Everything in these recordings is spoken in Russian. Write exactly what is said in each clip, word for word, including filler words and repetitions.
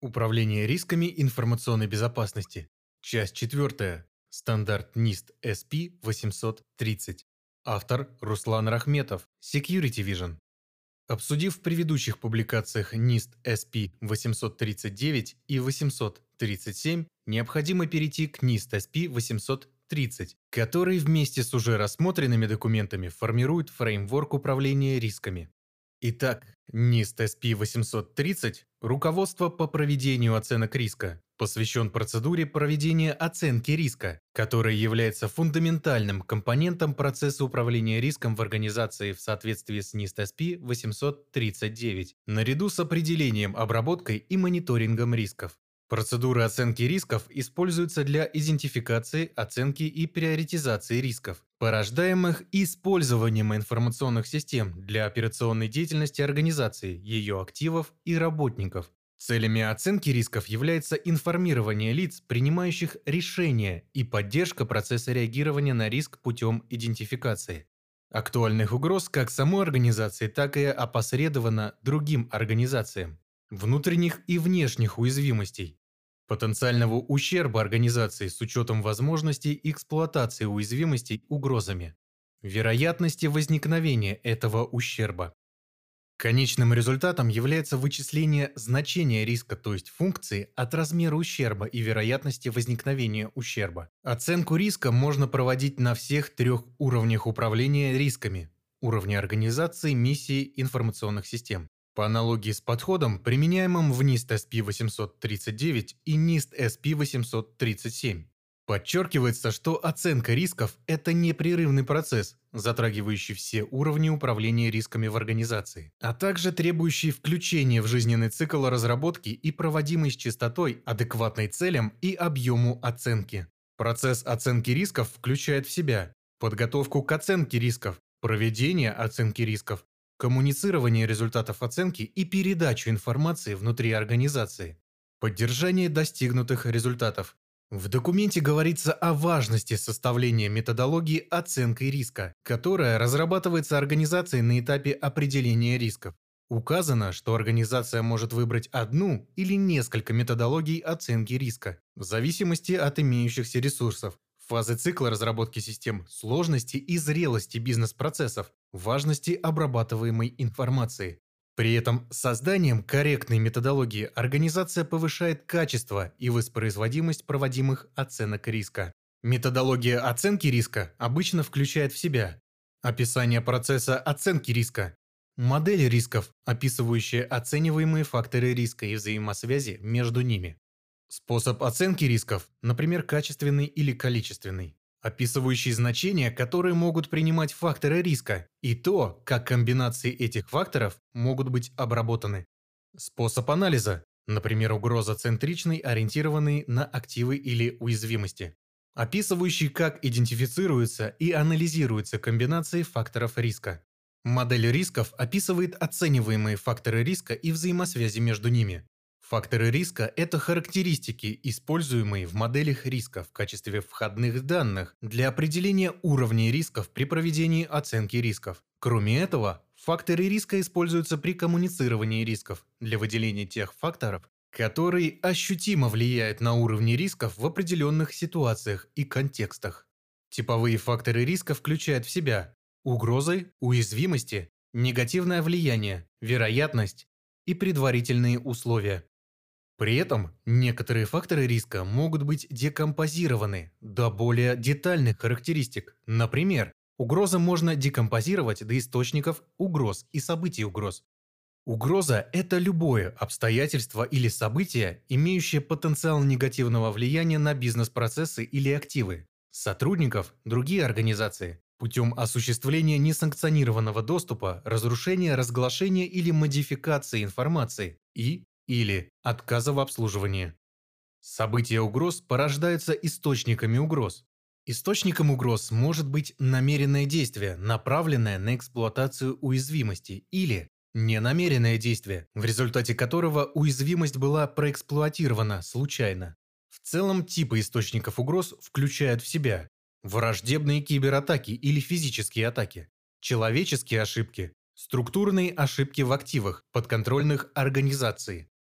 Управление рисками информационной безопасности. Часть четвертая. Стандарт нист эс пи восемьсот тридцать. Автор Руслан Рахметов. Security Vision. Обсудив в предыдущих публикациях нист эс пи восемьсот тридцать девять и восемьсот тридцать семь, необходимо перейти к нист эс пи восемьсот тридцать, который вместе с уже рассмотренными документами формирует фреймворк управления рисками. Итак, нист эс пи восемьсот тридцать «Руководство по проведению оценок риска» посвящен процедуре проведения оценки риска, которая является фундаментальным компонентом процесса управления риском в организации в соответствии с нист эс пи восемьсот тридцать девять, наряду с определением, обработкой и мониторингом рисков. Процедуры оценки рисков используются для идентификации, оценки и приоритизации рисков, порождаемых использованием информационных систем для операционной деятельности организации, ее активов и работников. Целями оценки рисков является информирование лиц, принимающих решения, и поддержка процесса реагирования на риск путем идентификации актуальных угроз как самой организации, так и опосредованно другим организациям, внутренних и внешних уязвимостей, потенциального ущерба организации с учетом возможностей эксплуатации уязвимостей угрозами, вероятности возникновения этого ущерба. Конечным результатом является вычисление значения риска, то есть функции от размера ущерба и вероятности возникновения ущерба. Оценку риска можно проводить на всех трех уровнях управления рисками: уровне организации, миссии, информационных систем. По аналогии с подходом, применяемым в нист эс пи восемьсот тридцать девять и нист эс пи восемьсот тридцать семь. Подчеркивается, что оценка рисков – это непрерывный процесс, затрагивающий все уровни управления рисками в организации, а также требующий включения в жизненный цикл разработки и проводимый с частотой, адекватной целям и объему оценки. Процесс оценки рисков включает в себя подготовку к оценке рисков, проведение оценки рисков, коммуницирование результатов оценки и передачу информации внутри организации, поддержание достигнутых результатов. В документе говорится о важности составления методологии оценки риска, которая разрабатывается организацией на этапе определения рисков. Указано, что организация может выбрать одну или несколько методологий оценки риска, в зависимости от имеющихся ресурсов, фазы цикла разработки систем, сложности и зрелости бизнес-процессов, важности обрабатываемой информации. При этом созданием корректной методологии организация повышает качество и воспроизводимость проводимых оценок риска. Методология оценки риска обычно включает в себя описание процесса оценки риска, модель рисков, описывающая оцениваемые факторы риска и взаимосвязи между ними, способ оценки рисков, например, качественный или количественный, описывающий значения, которые могут принимать факторы риска, и то, как комбинации этих факторов могут быть обработаны. Способ анализа, например, угрозоцентричный, ориентированный на активы или уязвимости, описывающий, как идентифицируются и анализируются комбинации факторов риска. Модель рисков описывает оцениваемые факторы риска и взаимосвязи между ними. Факторы риска – это характеристики, используемые в моделях риска в качестве входных данных для определения уровней рисков при проведении оценки рисков. Кроме этого, факторы риска используются при коммуницировании рисков для выделения тех факторов, которые ощутимо влияют на уровни рисков в определенных ситуациях и контекстах. Типовые факторы риска включают в себя угрозы, уязвимости, негативное влияние, вероятность и предварительные условия. При этом некоторые факторы риска могут быть декомпозированы до более детальных характеристик. Например, угрозы можно декомпозировать до источников угроз и событий угроз. Угроза – это любое обстоятельство или событие, имеющее потенциал негативного влияния на бизнес-процессы или активы, сотрудников, другие организации, путем осуществления несанкционированного доступа, разрушения, разглашения или модификации информации и или отказа в обслуживании. События угроз порождаются источниками угроз. Источником угроз может быть намеренное действие, направленное на эксплуатацию уязвимости, или ненамеренное действие, в результате которого уязвимость была проэксплуатирована случайно. В целом типы источников угроз включают в себя враждебные кибератаки или физические атаки, человеческие ошибки, структурные ошибки в активах подконтрольных организаций,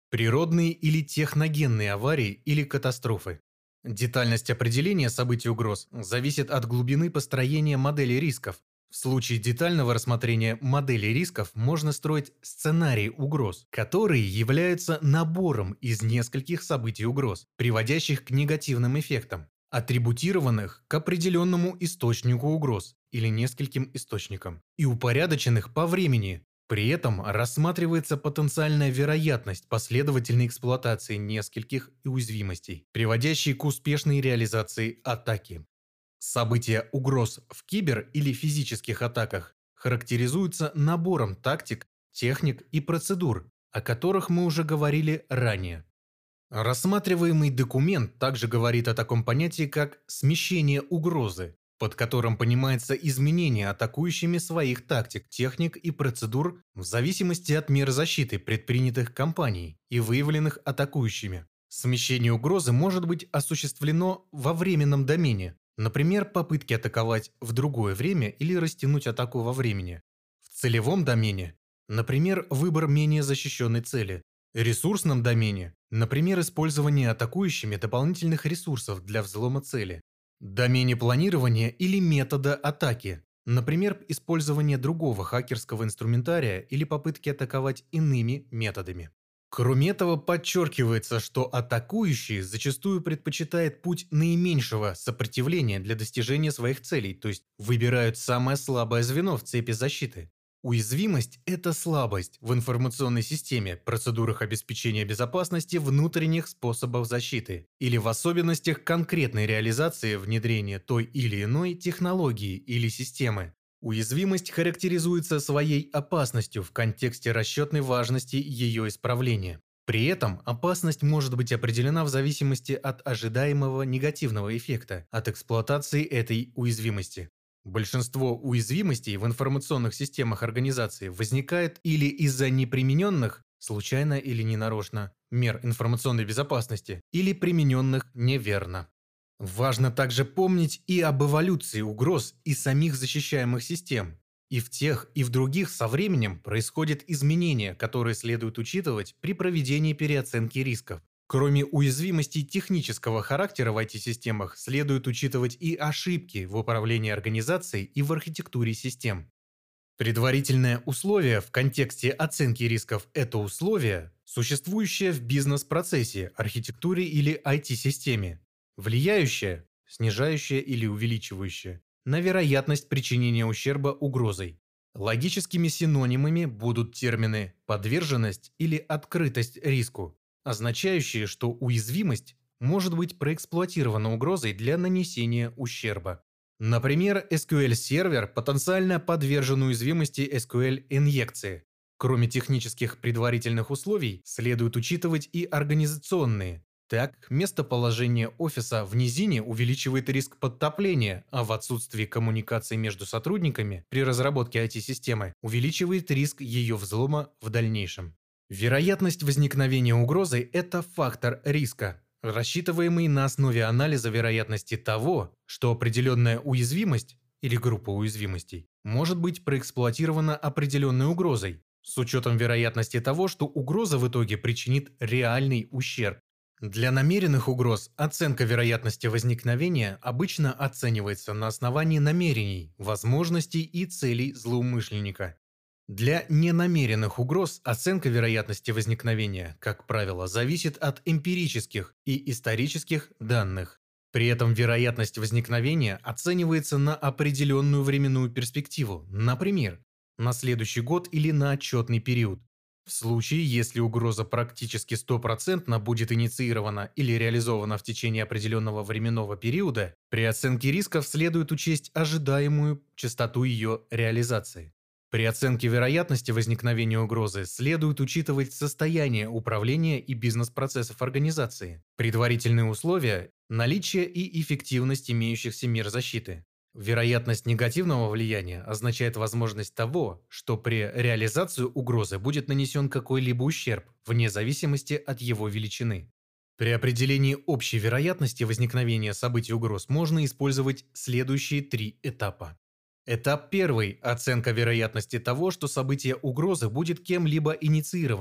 Природные или техногенные аварии или катастрофы. Детальность определения событий угроз зависит от глубины построения модели рисков. В случае детального рассмотрения модели рисков можно строить сценарии угроз, которые являются набором из нескольких событий угроз, приводящих к негативным эффектам, атрибутированных к определенному источнику угроз или нескольким источникам, и упорядоченных по времени. При этом рассматривается потенциальная вероятность последовательной эксплуатации нескольких уязвимостей, приводящей к успешной реализации атаки. События угроз в кибер- или физических атаках характеризуются набором тактик, техник и процедур, о которых мы уже говорили ранее. Рассматриваемый документ также говорит о таком понятии, как смещение угрозы, под которым понимается изменение атакующими своих тактик, техник и процедур в зависимости от мер защиты, предпринятых компанией и выявленных атакующими. Смещение угрозы может быть осуществлено во временном домене, например, попытки атаковать в другое время или растянуть атаку во времени. В целевом домене, например, выбор менее защищенной цели. Ресурсном домене, например, использование атакующими дополнительных ресурсов для взлома цели. Домене планирования или метода атаки, например, использование другого хакерского инструментария или попытки атаковать иными методами. Кроме этого, подчеркивается, что атакующий зачастую предпочитает путь наименьшего сопротивления для достижения своих целей, то есть выбирают самое слабое звено в цепи защиты. Уязвимость – это слабость в информационной системе, процедурах обеспечения безопасности, внутренних способов защиты или в особенностях конкретной реализации внедрения той или иной технологии или системы. Уязвимость характеризуется своей опасностью в контексте расчетной важности ее исправления. При этом опасность может быть определена в зависимости от ожидаемого негативного эффекта от эксплуатации этой уязвимости. Большинство уязвимостей в информационных системах организации возникает или из-за непримененных, случайно или ненарочно, мер информационной безопасности, или примененных неверно. Важно также помнить и об эволюции угроз и самих защищаемых систем. И в тех, и в других со временем происходят изменения, которые следует учитывать при проведении переоценки рисков. Кроме уязвимостей технического характера в ай ти-системах, следует учитывать и ошибки в управлении организацией и в архитектуре систем. Предварительное условие в контексте оценки рисков – это условие, существующее в бизнес-процессе, архитектуре или ай ти-системе, влияющее, снижающее или увеличивающее, на вероятность причинения ущерба угрозой. Логическими синонимами будут термины «подверженность» или «открытость риску», означающие, что уязвимость может быть проэксплуатирована угрозой для нанесения ущерба. Например, эс кью эль-сервер потенциально подвержен уязвимости эс кью эль-инъекции. Кроме технических предварительных условий, следует учитывать и организационные. Так, местоположение офиса в низине увеличивает риск подтопления, а в отсутствии коммуникации между сотрудниками при разработке ай ти-системы увеличивает риск ее взлома в дальнейшем. Вероятность возникновения угрозы – это фактор риска, рассчитываемый на основе анализа вероятности того, что определенная уязвимость или группа уязвимостей может быть проэксплуатирована определенной угрозой, с учетом вероятности того, что угроза в итоге причинит реальный ущерб. Для намеренных угроз оценка вероятности возникновения обычно оценивается на основании намерений, возможностей и целей злоумышленника. Для ненамеренных угроз оценка вероятности возникновения, как правило, зависит от эмпирических и исторических данных. При этом вероятность возникновения оценивается на определенную временную перспективу, например, на следующий год или на отчетный период. В случае, если угроза практически стопроцентно будет инициирована или реализована в течение определенного временного периода, при оценке рисков следует учесть ожидаемую частоту ее реализации. При оценке вероятности возникновения угрозы следует учитывать состояние управления и бизнес-процессов организации, предварительные условия, наличие и эффективность имеющихся мер защиты. Вероятность негативного влияния означает возможность того, что при реализации угрозы будет нанесен какой-либо ущерб, вне зависимости от его величины. При определении общей вероятности возникновения событий угроз можно использовать следующие три этапа. Этап первый – оценка вероятности того, что событие угрозы будет кем-либо инициировано.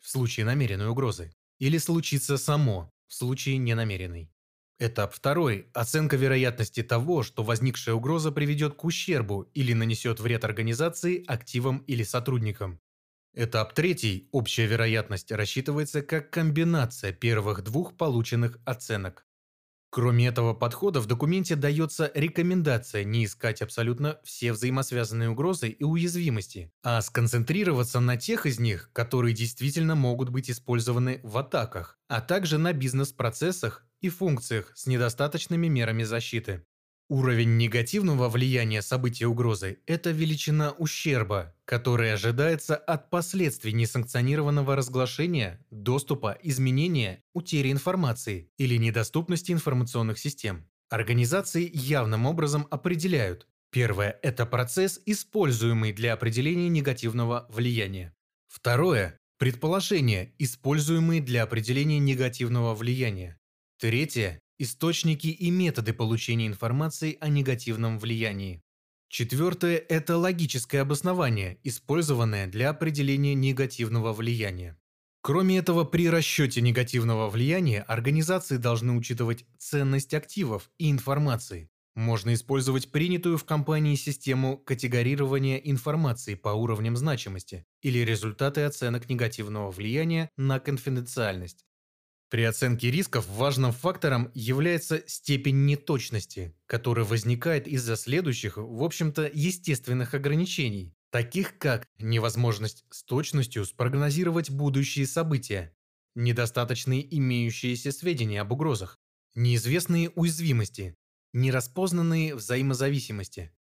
в случае намеренной угрозы, или случится само в случае ненамеренной. Этап второй – оценка вероятности того, что возникшая угроза приведет к ущербу или нанесет вред организации, активам или сотрудникам. Этап третий – общая вероятность рассчитывается как комбинация первых двух полученных оценок. Кроме этого подхода в документе дается рекомендация не искать абсолютно все взаимосвязанные угрозы и уязвимости, а сконцентрироваться на тех из них, которые действительно могут быть использованы в атаках, а также на бизнес-процессах и функциях с недостаточными мерами защиты. Уровень негативного влияния события угрозы – это величина ущерба, который ожидается от последствий несанкционированного разглашения, доступа, изменения, утери информации или недоступности информационных систем. Организации явным образом определяют: первое – это процесс, используемый для определения негативного влияния. Второе – предположения, используемые для определения негативного влияния. Третье – источники и методы получения информации о негативном влиянии. Четвертое – это логическое обоснование, использованное для определения негативного влияния. Кроме этого, при расчете негативного влияния организации должны учитывать ценность активов и информации. Можно использовать принятую в компании систему категорирования информации по уровням значимости или результаты оценок негативного влияния на конфиденциальность. При оценке рисков важным фактором является степень неточности, которая возникает из-за следующих, в общем-то, естественных ограничений, таких как невозможность с точностью спрогнозировать будущие события, недостаточные имеющиеся сведения об угрозах, неизвестные уязвимости, нераспознанные взаимозависимости.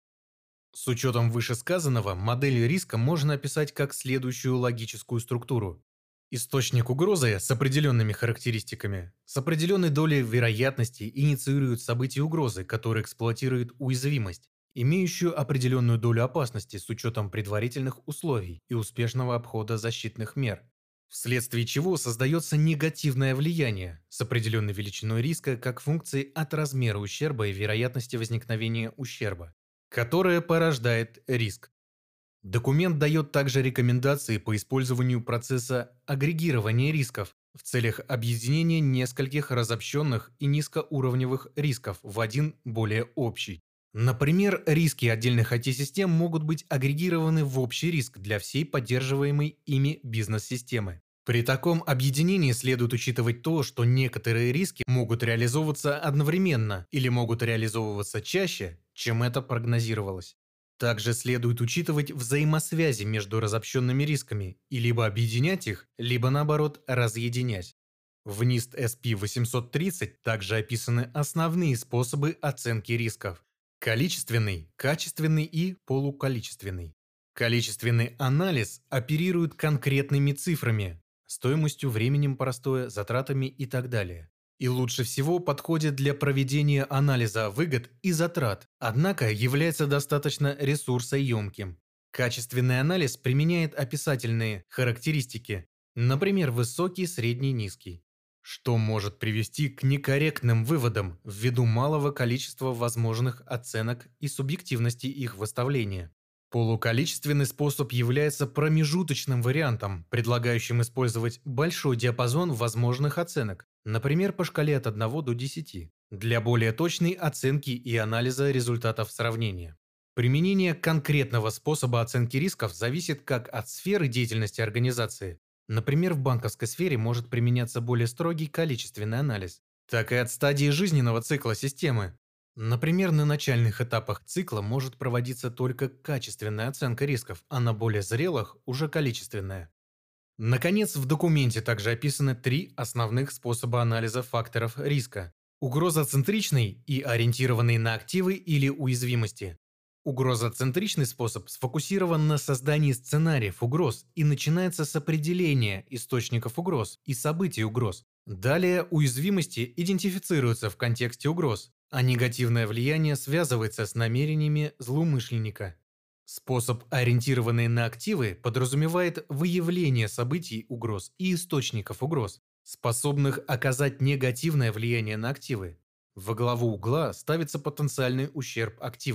С учетом вышесказанного, модель риска можно описать как следующую логическую структуру. Источник угрозы с определенными характеристиками, с определенной долей вероятности инициирует событие угрозы, которое эксплуатирует уязвимость, имеющую определенную долю опасности с учетом предварительных условий и успешного обхода защитных мер, вследствие чего создается негативное влияние с определенной величиной риска как функции от размера ущерба и вероятности возникновения ущерба, которая порождает риск. Документ дает также рекомендации по использованию процесса агрегирования рисков в целях объединения нескольких разобщенных и низкоуровневых рисков в один более общий. Например, риски отдельных ай ти-систем могут быть агрегированы в общий риск для всей поддерживаемой ими бизнес-системы. При таком объединении следует учитывать то, что некоторые риски могут реализовываться одновременно или могут реализовываться чаще, чем это прогнозировалось. Также следует учитывать взаимосвязи между разобщенными рисками и либо объединять их, либо наоборот разъединять. В нист эс пи восемьсот тридцать также описаны основные способы оценки рисков: количественный, качественный и полуколичественный. Количественный анализ оперирует конкретными цифрами, стоимостью, временем простоя, затратами и так далее. И лучше всего подходит для проведения анализа выгод и затрат, однако является достаточно ресурсоемким. Качественный анализ применяет описательные характеристики, например, высокий, средний, низкий, что может привести к некорректным выводам ввиду малого количества возможных оценок и субъективности их выставления. Полуколичественный способ является промежуточным вариантом, предлагающим использовать большой диапазон возможных оценок, например, по шкале от одного до десяти, для более точной оценки и анализа результатов сравнения. Применение конкретного способа оценки рисков зависит как от сферы деятельности организации, например, в банковской сфере может применяться более строгий количественный анализ, так и от стадии жизненного цикла системы. Например, на начальных этапах цикла может проводиться только качественная оценка рисков, а на более зрелых – уже количественная. Наконец, в документе также описаны три основных способа анализа факторов риска: угрозоцентричный и ориентированный на активы или уязвимости. Угрозоцентричный способ сфокусирован на создании сценариев угроз и начинается с определения источников угроз и событий угроз. Далее уязвимости идентифицируются в контексте угроз, а негативное влияние связывается с намерениями злоумышленника. Способ, ориентированный на активы, подразумевает выявление событий угроз и источников угроз, способных оказать негативное влияние на активы. Во главу угла ставится потенциальный ущерб активам.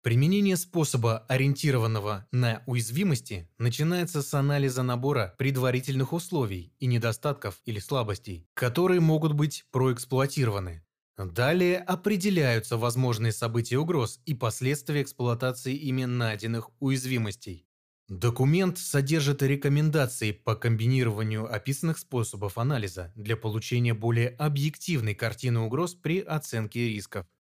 Применение способа, ориентированного на уязвимости, начинается с анализа набора предварительных условий и недостатков или слабостей, которые могут быть проэксплуатированы. Далее определяются возможные события угроз и последствия эксплуатации ими найденных уязвимостей. Документ содержит рекомендации по комбинированию описанных способов анализа для получения более объективной картины угроз при оценке рисков.